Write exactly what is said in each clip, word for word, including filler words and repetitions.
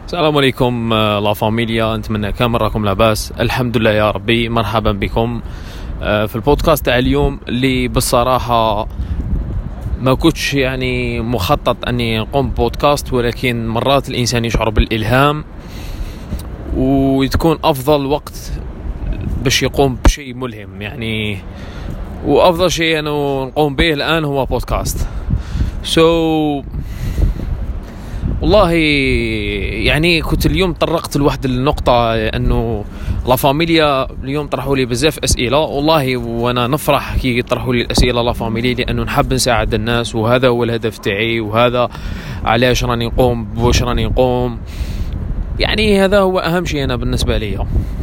السلام عليكم لا فاميليا، نتمنى كامل راكم لاباس. الحمد لله يا ربي. مرحبا بكم في البودكاست تاع اليوم اللي بالصراحة ما كنتش يعني مخطط أني نقوم بودكاست، ولكن مرات الإنسان يشعر بالإلهام وتكون أفضل وقت باش يقوم بشيء ملهم يعني، وأفضل شيء أنه نقوم به الآن هو بودكاست. سو so, والله يعني كنت اليوم طرقت لواحد النقطة أنه لا فاميليا اليوم طرحوا لي بزاف أسئلة، والله وأنا نفرح كي يطرحوا لي الأسئلة لا فاميليا، لأنه نحب نساعد الناس، وهذا هو الهدف تاعي، وهذا علاش راني نقوم واش راني نقوم يعني، هذا هو أهم شيء أنا بالنسبة لي.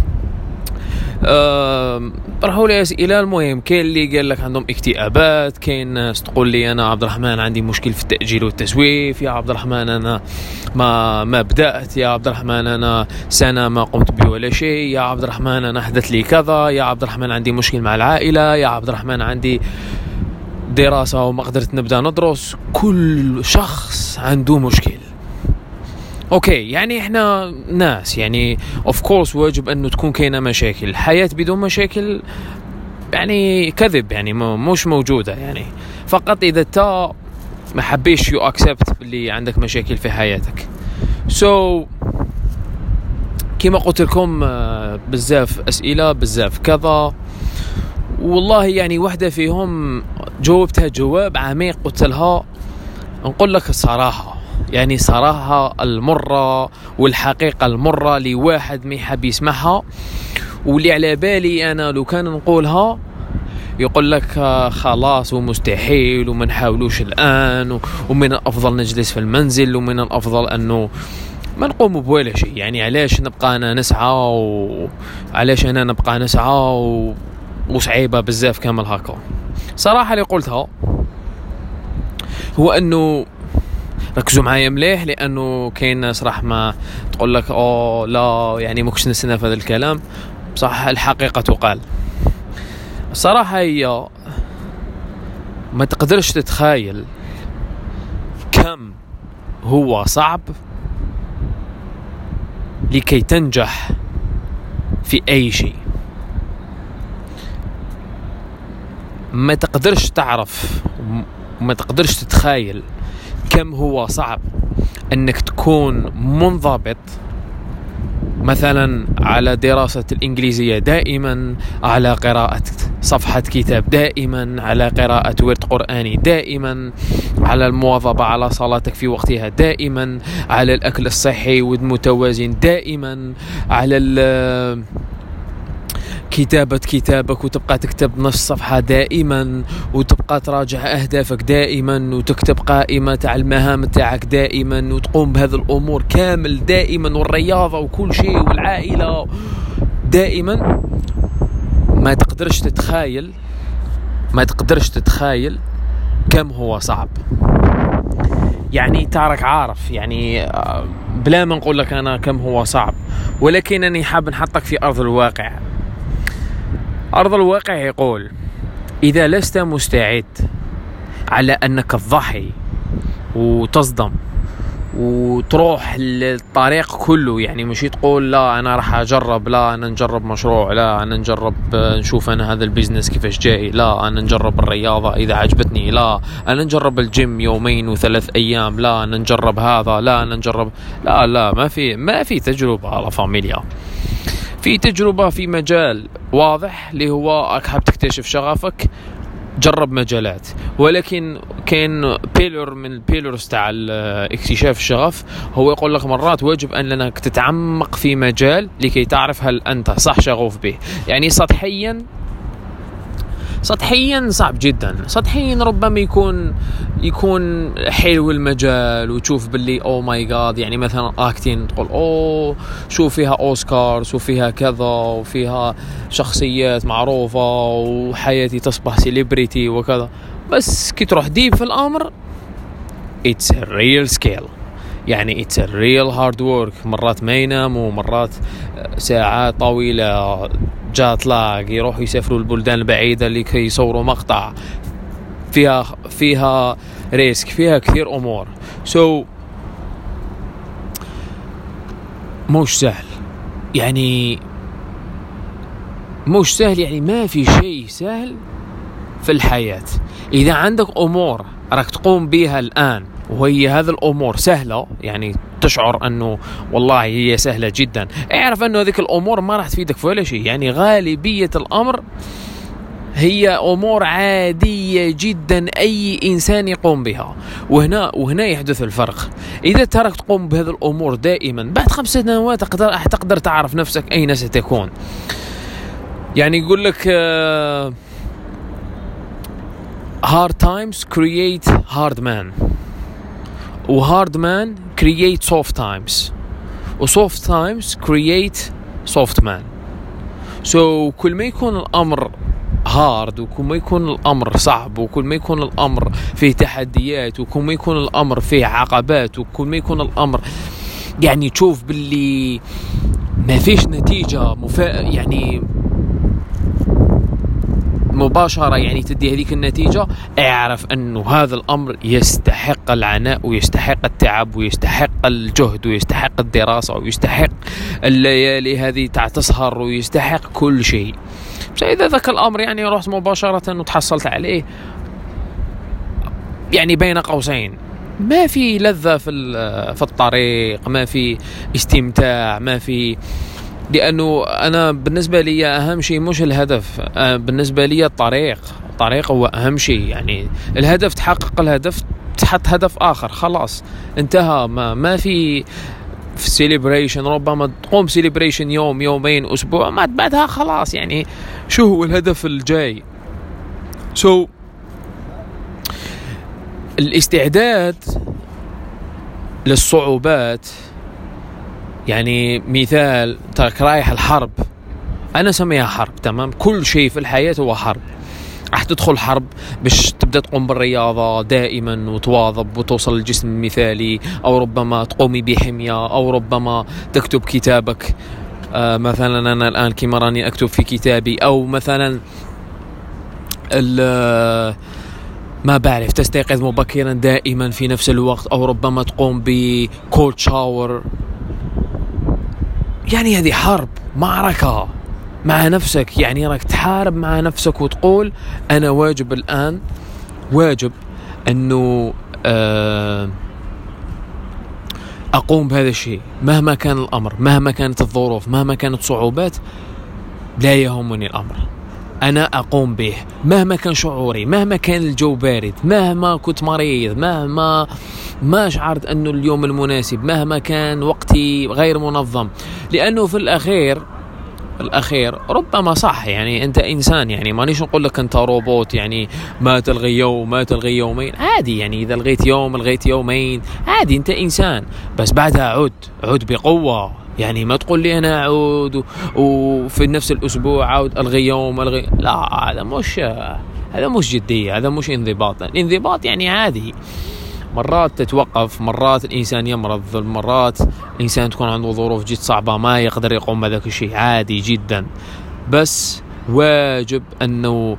أه طرحوا لي أسئلة. المهم كاين اللي قال لك عندهم اكتئابات، كاين ناس تقول لي أنا عبد الرحمن عندي مشكل في التأجيل والتسويف، يا عبد الرحمن أنا ما ما بدأت، يا عبد الرحمن أنا سنة ما قمت به ولا شيء، يا عبد الرحمن أنا حدث لي كذا، يا عبد الرحمن عندي مشكل مع العائلة، يا عبد الرحمن عندي دراسة وما قدرت نبدأ ندرس. كل شخص عنده مشكل. اوكي يعني احنا ناس يعني اوف كورس واجب انه تكون كاينه مشاكل. الحياه بدون مشاكل يعني كذب، يعني مش موجوده يعني. فقط اذا تا ما حبيش يو اكسبت اللي عندك مشاكل في حياتك. سو so, كما قلت لكم بزاف اسئله بزاف كذا، والله يعني واحده فيهم جاوبتها جواب عميق. قلت لها نقول لك الصراحه، يعني صراحة المرة والحقيقة المرة لواحد ما يحب يسمعها، واللي على بالي أنا لو كان نقولها يقول لك خلاص ومستحيل وما نحاولوش الآن، ومن الأفضل نجلس في المنزل، ومن الأفضل أنه ما نقوم بولا شيء. يعني علاش نبقى أنا نسعى، وعلاش أنا نبقى نسعى و... وصعيبة بزاف كامل هكا. صراحة اللي قلتها هو أنه ركزوا معايا مليح، لانه كاين ناس راح ما تقول لك اوه لا يعني ماكش نستنى في هذا الكلام. بصح الحقيقه تقال. الصراحه هي ما تقدرش تتخيل كم هو صعب لكي تنجح في اي شيء. ما تقدرش تعرف وما تقدرش تتخيل كم هو صعب أنك تكون منضبط مثلا على دراسة الإنجليزية دائما، على قراءة صفحة كتاب دائما، على قراءة ورد قرآني دائما، على المواظبة على صلاتك في وقتها دائما، على الأكل الصحي والمتوازن دائما، على كتابة كتابك وتبقى تكتب نص صفحة دائما، وتبقى تراجع أهدافك دائما، وتكتب قائمة تاع المهام تاعك دائما، وتقوم بهذه الأمور كامل دائما، والرياضة وكل شيء والعائلة دائما. ما تقدرش تتخيل ما تقدرش تتخيل كم هو صعب. يعني تارك عارف يعني بلا ما نقول لك أنا كم هو صعب، ولكن أنا حاب نحطك في أرض الواقع. أرض الواقع يقول إذا لست مستعد على أنك تضحي وتصدم وتروح للطريق كله، يعني مش تقول لا أنا راح أجرب، لا أنا نجرب مشروع، لا أنا نجرب نشوف أنا هذا البيزنس كيفاش جاي، لا أنا نجرب الرياضة إذا عجبتني، لا أنا نجرب الجيم يومين وثلاث أيام، لا أنا نجرب هذا، لا أنا نجرب لا لا ما في ما في تجربة على فاميليا. في تجربة في مجال واضح اللي هو حاب تكتشف شغفك، جرب مجالات. ولكن كان بيلور من البيلورز تاع اكتشاف الشغف هو يقول لك مرات واجب أن لك تتعمق في مجال لكي تعرف هل أنت صح شغوف به. يعني سطحيا سطحيا صعب جدا. سطحيا ربما يكون يكون حلو المجال وتشوف باللي او ماي جاد، يعني مثلا اكتين تقول اوه شوف فيها اوسكار، شوف فيها كذا، وفيها شخصيات معروفة، وحياتي تصبح سيليبريتي وكذا. بس كي تروح ديب في الامر it's a real scale، يعني it's a real hard work. مرات ما يناموا، مرات ساعات طويلة، جات لاق، يروحوا يسافروا البلدان البعيدة لكي يصوروا مقطع، فيها فيها ريسك، فيها كثير أمور. so مش سهل، يعني مش سهل، يعني ما في شيء سهل في الحياة. إذا عندك أمور راك تقوم بها الآن وهي هذه الأمور سهلة، يعني تشعر أنه والله هي سهلة جدا، اعرف أنه هذه الأمور ما راح تفيدك في ولا شيء. يعني غالبية الأمر هي أمور عادية جدا أي إنسان يقوم بها، وهنا وهنا يحدث الفرق. إذا ترك تقوم بهذه الأمور دائما، بعد خمس سنوات تقدر تقدر تعرف نفسك أين ستكون. يعني يقول لك uh, hard times create hard man، و hard man create soft times، و soft times create soft man. so كل ما يكون الأمر هارد، وكل ما يكون الأمر صعب، وكل ما يكون الأمر فيه تحديات، وكل ما يكون الأمر فيه عقبات، وكل ما يكون الأمر يعني تشوف باللي ما فيش نتيجة مفا... يعني مباشرة يعني تدي هذيك النتيجة، اعرف أنه هذا الأمر يستحق العناء ويستحق التعب ويستحق الجهد ويستحق الدراسة ويستحق الليالي هذه تاع تسهر ويستحق كل شيء. بس إذا ذاك الأمر يعني رحت مباشرة وتحصلت عليه، يعني بين قوسين ما في لذة في في الطريق، ما في استمتاع، ما في، لأنه أنا بالنسبة لي أهم شيء مش الهدف، بالنسبة لي الطريق الطريق هو أهم شيء. يعني الهدف تحقق الهدف، تحط هدف آخر، خلاص انتهى. ما ما في في سيليبريشن، ربما تقوم سيليبريشن يوم يومين أسبوع، ما بعدها خلاص. يعني شو هو الهدف الجاي؟ سو so, الاستعداد للصعوبات، يعني مثال ترك رايح الحرب، أنا سميها حرب، تمام؟ كل شيء في الحياة هو حرب. راح تدخل حرب باش تبدأ تقوم بالرياضة دائما وتواظب وتوصل للجسم المثالي، أو ربما تقومي بحمية، أو ربما تكتب كتابك. آه مثلا أنا الآن كما راني أكتب في كتابي، أو مثلا ما بعرف تستيقظ مبكرا دائما في نفس الوقت، أو ربما تقوم بكولد شاور. يعني هذه حرب، معركة مع نفسك، يعني راك تحارب مع نفسك وتقول أنا واجب الآن، واجب أنه أقوم بهذا الشيء مهما كان الأمر، مهما كانت الظروف، مهما كانت صعوبات، لا يهمني الأمر، أنا أقوم به مهما كان شعوري، مهما كان الجو بارد، مهما كنت مريض، مهما ما شعرت أنه اليوم المناسب، مهما كان وقتي غير منظم. لأنه في الأخير الأخير ربما صح، يعني أنت إنسان، يعني ما نيش نقول لك أنت روبوت، يعني ما تلغي يوم ما تلغي يومين، عادي. يعني إذا لغيت يوم لغيت يومين عادي، أنت إنسان. بس بعدها عود عود بقوة، يعني ما تقول لي أنا أعود وفي نفس الأسبوع عود ألغي يوم ألغي، لا، هذا مش هذا مش جدية، هذا مش انضباط. الانضباط يعني عادي، مرات تتوقف، مرات الإنسان يمرض، مرات الإنسان تكون عنده ظروف جد صعبة ما يقدر يقوم بذاك الشيء، عادي جدا. بس واجب أنه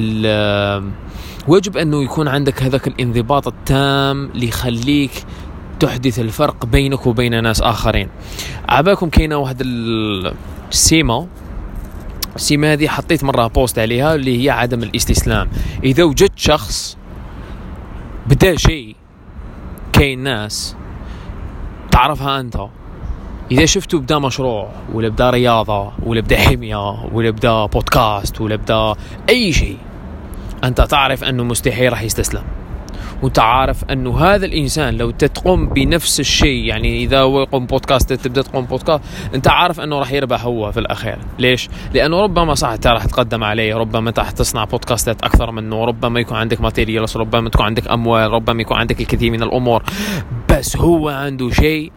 واجب أنه يكون عندك هذاك الانضباط التام اللي يخليك تحدث الفرق بينك وبين ناس آخرين. عباكم كينا واحد السيمة السيمة هذه حطيت مرة بوست عليها، اللي هي عدم الاستسلام. إذا وجدت شخص بدأ شيء، كاين ناس تعرفها أنت، إذا شفتوا بدا مشروع ولا بدا رياضة ولا بدا حمية ولا بدا بودكاست ولا بدا أي شيء، أنت تعرف أنه مستحيل راح يستسلم، وانت عارف أنه هذا الإنسان لو تقوم بنفس الشيء، يعني إذا هو يقوم بودكاست تبدأ تقوم بودكاست، انت عارف أنه راح يربح هو في الأخير. ليش؟ لأنه ربما صح انت راح تقدم عليه، ربما انت راح تصنع بودكاستات أكثر منه، ربما يكون عندك ماتيريالز، ربما تكون عندك أموال، ربما يكون عندك الكثير من الأمور، بس هو عنده شيء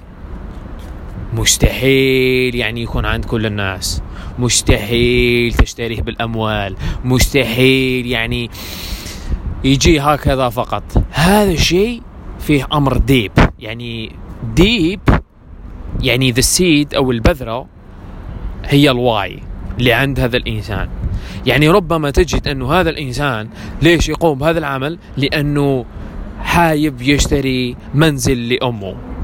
مستحيل يعني يكون عند كل الناس، مستحيل تشتريه بالأموال، مستحيل يعني يجي هكذا فقط. هذا الشيء فيه أمر ديب، يعني ديب، يعني the seed أو البذرة هي الواي اللي عند هذا الإنسان. يعني ربما تجد أنه هذا الإنسان ليش يقوم بهذا العمل؟ لأنه حايب يشتري منزل لأمه،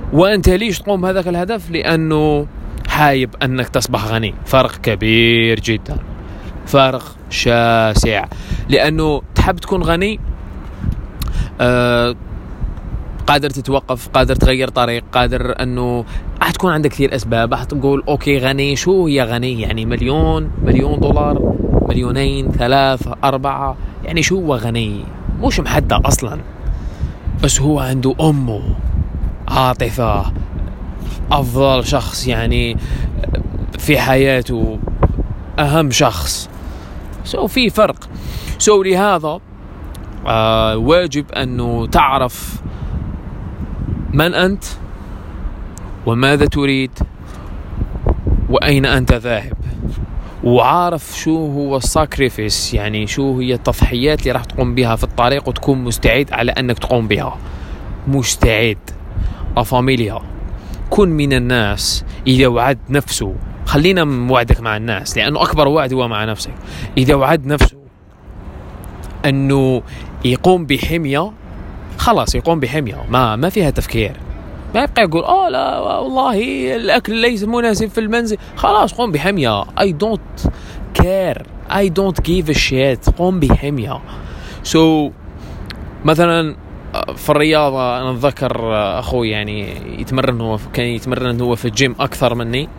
وأنت ليش تقوم بهذاك الهدف؟ لأنه حايب أنك تصبح غني. فرق كبير جدا، فرق شاسع. لأنه تحب تكون غني، آه قادر تتوقف، قادر تغير طريق، قادر أنه راح تكون عندك كثير أسباب. راح تقول أوكي غني، شو هي غني؟ يعني مليون مليون دولار، مليونين، ثلاثة، أربعة، يعني شو هو غني؟ مش محدد أصلا، بس هو عنده أمه، عاطفة، أفضل شخص يعني في حياته، أهم شخص. سو في فرق. سو لهذا آه واجب أنه تعرف من أنت وماذا تريد وأين أنت ذاهب، وعارف شو هو الساكريفيس، يعني شو هي التضحيات اللي راح تقوم بها في الطريق، وتكون مستعد على أنك تقوم بها. مستعد. أفاميليا، كن من الناس إذا وعد نفسه، خلينا موعدك مع الناس لأنه أكبر وعد هو مع نفسك. إذا وعد نفسه أنه يقوم بحمية، خلاص يقوم بحمية، ما ما فيها تفكير. ما يبقى يقول آه لا والله الأكل ليس مناسب في المنزل، خلاص قوم بحمية. I don't care, I don't give a shit. قوم بحمية. so مثلا في الرياضة أنا أتذكر أخوي يعني يتمرن، هو كان يتمرن هو في الجيم أكثر مني.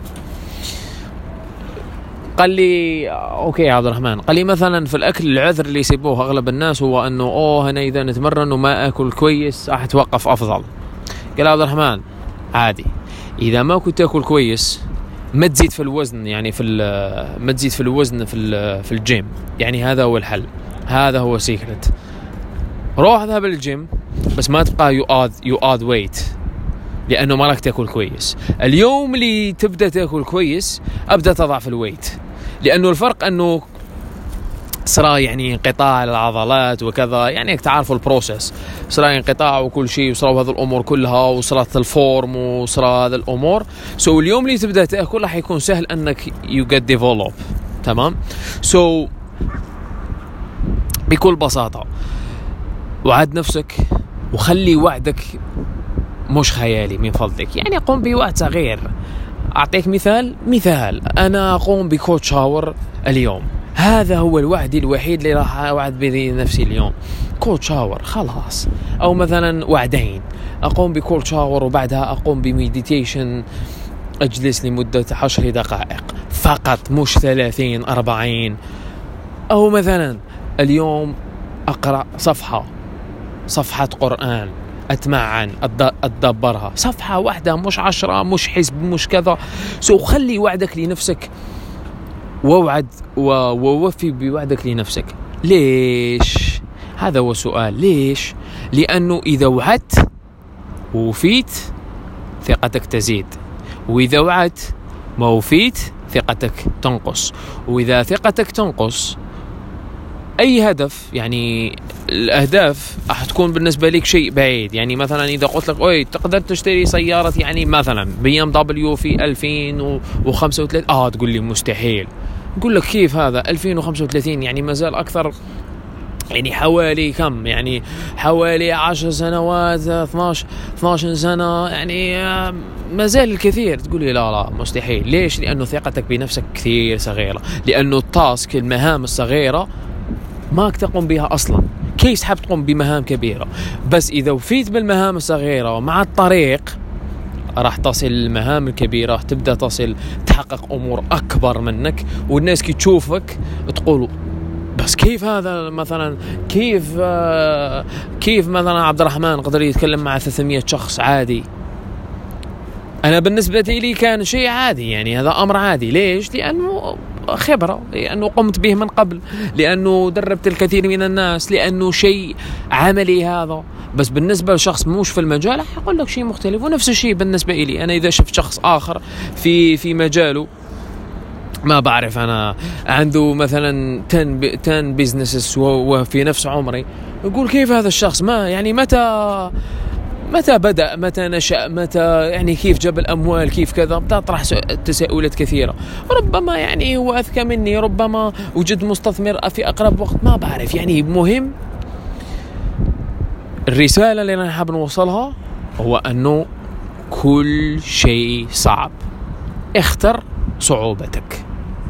قال لي أوكي يا عبد الرحمن، قال لي مثلا في الأكل العذر اللي يسيبوه أغلب الناس هو أنه أوه أنا إذا نتمرن وما أكل كويس راح أتوقف أفضل. قال عبد الرحمن عادي، إذا ما كنت تأكل كويس ما تزيد في الوزن، يعني في ما تزيد في الوزن في في الجيم، يعني هذا هو الحل، هذا هو سيكرت. روح ذهب للجيم بس ما تبقى you add, you add weight لأنه ما راك تأكل كويس. اليوم اللي تبدأ تأكل كويس أبدأ تضع في الويت، لأنه الفرق أنه صار يعني انقطاع العضلات وكذا، يعني تعرفوا البروسيس، صار انقطاع وكل شيء، وصاروا هذه الأمور كلها، وصارت الفورم، وصار هذه الأمور. سو so اليوم اللي تبدأ تأكل راح يكون سهل أنك you get develop. تمام. سو so بكل بساطة وعد نفسك وخلي وعدك مش خيالي من فضلك، يعني قوم بوعد صغير. أعطيك مثال مثال أنا أقوم بكوتش هاور اليوم، هذا هو الوعد الوحيد اللي راح أوعد به نفسي اليوم، كوتش هاور خلاص. أو مثلا وعدين، أقوم بكوتش هاور وبعدها أقوم بميديتيشن، أجلس لمدة عشر دقائق فقط، مش ثلاثين أربعين. أو مثلا اليوم أقرأ صفحة صفحة قرآن، أتمعن أتدبرها، صفحة واحدة مش عشرة، مش حزب، مش كذا. سو خلي وعدك لنفسك، ووعد ووفي بوعدك لنفسك. ليش؟ هذا هو السؤال. ليش؟ لأنه إذا وعدت ووفيت ثقتك تزيد، وإذا وعدت ما وفيت ثقتك تنقص، وإذا ثقتك تنقص أي هدف، يعني الأهداف راح تكون بالنسبة لك شيء بعيد. يعني مثلا إذا قلت لك أوي تقدر تشتري سيارة يعني مثلا بي ام دبليو في ألفين وخمسة وثلاثين، آه تقول لي مستحيل. أقول لك كيف هذا؟ ألفين وخمسة وثلاثين يعني مازال أكثر، يعني حوالي كم، يعني حوالي عشر سنوات، اثناشر اثناشر سنة، يعني مازال الكثير. تقول لي لا لا مستحيل. ليش؟ لأنه ثقتك بنفسك كثير صغيرة، لأنه التاسك المهام الصغيرة ما تقوم بها أصلا. كيف حاب تقوم بمهام كبيرة؟ بس إذا وفيت بالمهام الصغيرة ومع الطريق راح تصل المهام الكبيرة، تبدأ تصل تحقق أمور أكبر منك، والناس كي تشوفك تقولوا بس كيف هذا مثلا، كيف آه كيف مثلا عبد الرحمن قدر يتكلم مع ثلاثمية شخص عادي. أنا بالنسبة لي كان شيء عادي، يعني هذا أمر عادي. ليش؟ لأنه خبرة، لأنه قمت به من قبل، لأنه دربت الكثير من الناس، لأنه شيء عملي هذا. بس بالنسبة لشخص موش في المجال أقول لك شيء مختلف. ونفس الشيء بالنسبة لي أنا، إذا شفت شخص آخر في في مجاله ما بعرف أنا عنده مثلا عشرة بيزنسز وفي نفس عمري، يقول كيف هذا الشخص ما يعني متى متى بدأ، متى نشأ، متى يعني كيف جاب الأموال، كيف كذا. بتطرح تساؤلات كثيرة. ربما يعني هو أذكى مني، ربما وجد مستثمر في أقرب وقت، ما بعرف. يعني مهم الرسالة اللي أنا حاب نوصلها هو أنه كل شيء صعب. اختر صعوبتك.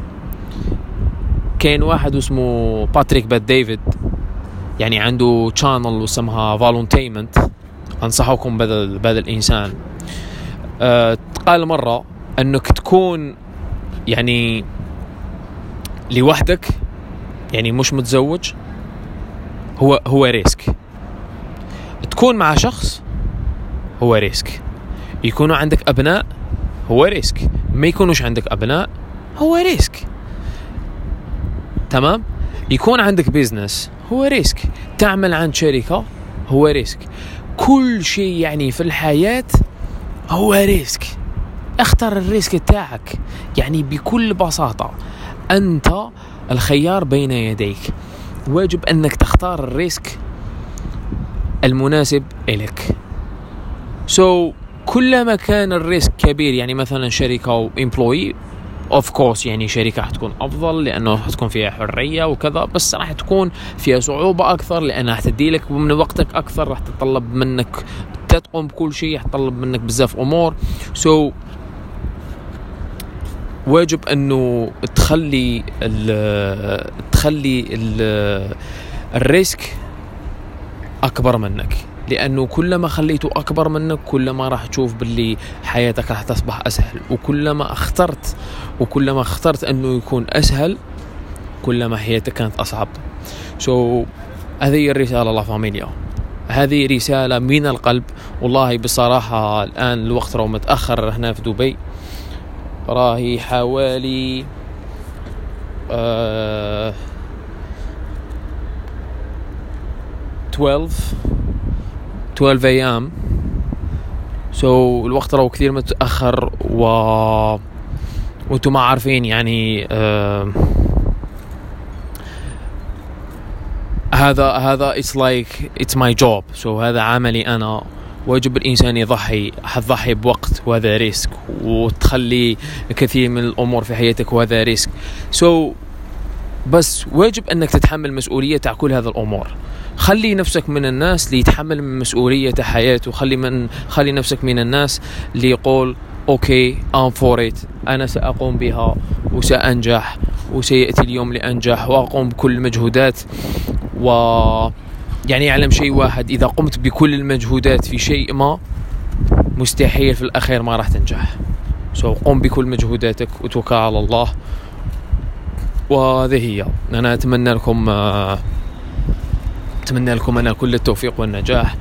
كان واحد اسمه باتريك بات ديفيد، يعني عنده channel اسمها فالونتيمنت، أنصحكم بهذا بهذا الإنسان. أه قال مرة أنك تكون يعني لوحدك، يعني مش متزوج، هو هو ريسك. تكون مع شخص هو ريسك. يكونوا عندك أبناء هو ريسك. ما يكونوش عندك أبناء هو ريسك. تمام؟ يكون عندك بيزنس هو ريسك. تعمل عند شركة هو ريسك. كل شيء يعني في الحياة هو ريسك. اختر الريسك تاعك. يعني بكل بساطة أنت الخيار بين يديك، واجب أنك تختار الريسك المناسب إليك. so كلما كان الريسك كبير، يعني مثلا شركة و employee of course يعني شركة حتكون أفضل لأنه حتكون فيها حرية وكذا، بس راح تكون فيها صعوبة أكثر لأنها حتدي لك من وقتك أكثر، راح تطلب منك تقوم بكل شيء، حتطلب منك بزاف أمور. so واجب أنه تخلي ال تخلي ال الريسك أكبر منك، لأنه كلما خليته أكبر منك كلما راح تشوف باللي حياتك راح تصبح أسهل، وكلما اخترت وكلما اخترت أنه يكون أسهل كلما حياتك كانت أصعب. so هذه الرسالة لا فاميليا، هذه رسالة من القلب. والله بصراحة الآن الوقت راه متأخر هنا في دبي، راهي حوالي آه اثناشر ايام. سو so, الوقت راه كثير متأخر، و وانتم ما عارفين يعني آه... هذا هذا it's like it's my job. so هذا عملي أنا. واجب الإنسان يضحي، حتضحي بوقت وهذا ريسك، وتخلي كثير من الأمور في حياتك وهذا ريسك. so بس واجب أنك تتحمل مسؤولية تاع كل هذا الأمور. خلي نفسك من الناس اللي يتحمل من مسؤولية حياته. خلي من خلي نفسك من الناس اللي يقول أوكي I'm for it، أنا سأقوم بها وسأنجح وسيأتي اليوم لأنجح وأقوم بكل المجهودات. و يعني يعلم شيء واحد، إذا قمت بكل المجهودات في شيء ما مستحيل في الأخير ما راح تنجح. so قم بكل مجهوداتك وتوكل على الله. وهذه هي. أنا أتمنى لكم أتمنى لكم أنا كل التوفيق والنجاح.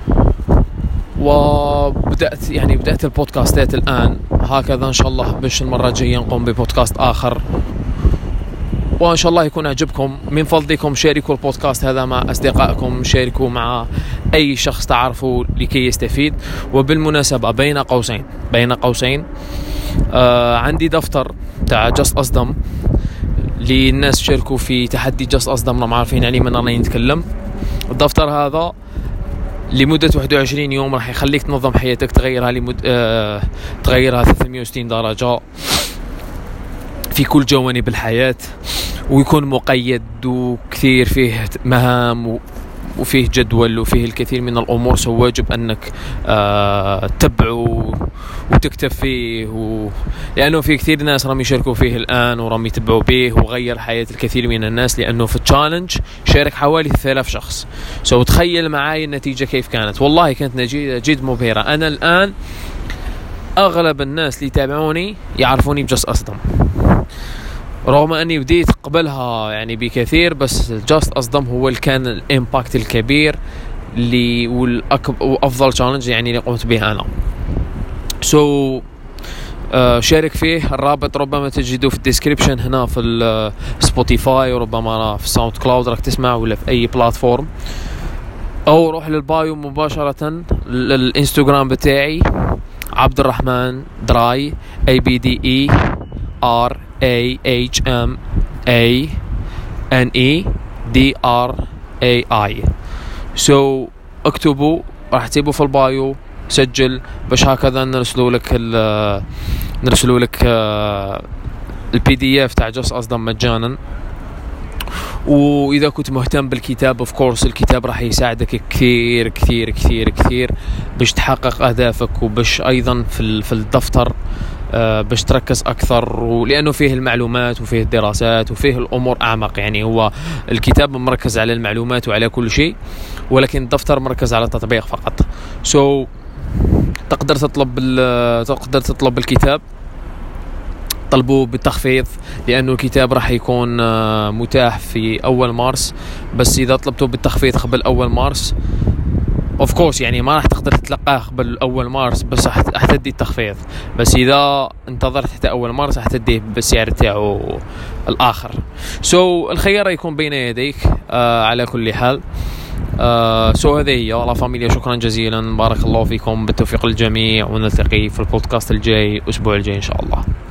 وبدأت يعني بدأت البودكاستات الآن هكذا، إن شاء الله باش المرة الجاية نقوم ببودكاست آخر، وإن شاء الله يكون عجبكم. من فضلكم شاركوا البودكاست هذا مع أصدقائكم، شاركوا مع أي شخص تعرفوا لكي يستفيد. وبالمناسبة بين قوسين بين قوسين آه عندي دفتر تاع جس أصدم للناس شاركوا في تحدي جس أصدم، ما عارفين يعني من أنا نتكلم. الدفتر هذا لمدة واحد وعشرين يوم راح يخليك تنظم حياتك، تغيرها لمد... آه... تغيرها ثلاثمية وستين درجة في كل جوانب الحياة، ويكون مقيد وكثير فيه مهام و... وفيه جدول وفيه الكثير من الأمور. سو واجب أنك آه... تتبعه وتكتب فيه و... لأنه في كثير ناس رام يشاركوا فيه الآن ورام يتبعوا به، وغير حياة الكثير من الناس. لأنه في التشالنج شارك حوالي ثلاثة شخص. سو تخيل معاي النتيجة كيف كانت. والله كانت نتيجة جد مبهرة. أنا الآن أغلب الناس اللي يتابعوني يعرفوني بجس أصدم، رغم أني بديت قبلها يعني بكثير، بس جاست أصدم هو اللي كان الإمباكت الكبير اللي والأفضل تشالنج يعني اللي قمت به أنا. سو so, uh, شارك فيه. الرابط ربما تجده في الديسكريبشن هنا في السبوتيفاي، وربما في ساوند كلاود راك تسمع، ولا في أي بلاتفورم، أو روح للبايو مباشرة للإنستغرام بتاعي عبد الرحمن دراي A B D E R A H M A N E D R A I. so اكتبوا، راح تجيبوا في البايو، سجل باش هكذا نرسلوا لك ال نرسلوا لك البي دي اف تاع جس أصدم مجانا. واذا كنت مهتم بالكتاب اوف كورس الكتاب راح يساعدك كثير كثير كثير كثير باش تحقق اهدافك، وباش ايضا في في الدفتر باش تركز أكثر، ولأنه فيه المعلومات وفيه الدراسات وفيه الأمور أعمق. يعني هو الكتاب مركز على المعلومات وعلى كل شيء، ولكن الدفتر مركز على التطبيق فقط. سو so, تقدر تطلب تقدر تطلب الكتاب، طلبوه بالتخفيض لأنه الكتاب راح يكون متاح في أول مارس. بس إذا طلبته بالتخفيض قبل أول مارس اوف كورس يعني ما راح تقدر تلقاه قبل اول مارس، بس راح تدي التخفيض. بس اذا انتظرت حتى اول مارس راح تديه بالسعر تاعو الاخر. سو so, الخيار يكون بين يديك. آه على كل حال آه سو so هذه هي لا فاميليا. شكرا جزيلا، بارك الله فيكم، بالتوفيق للجميع، ونلتقي في البودكاست الجاي الاسبوع الجاي ان شاء الله.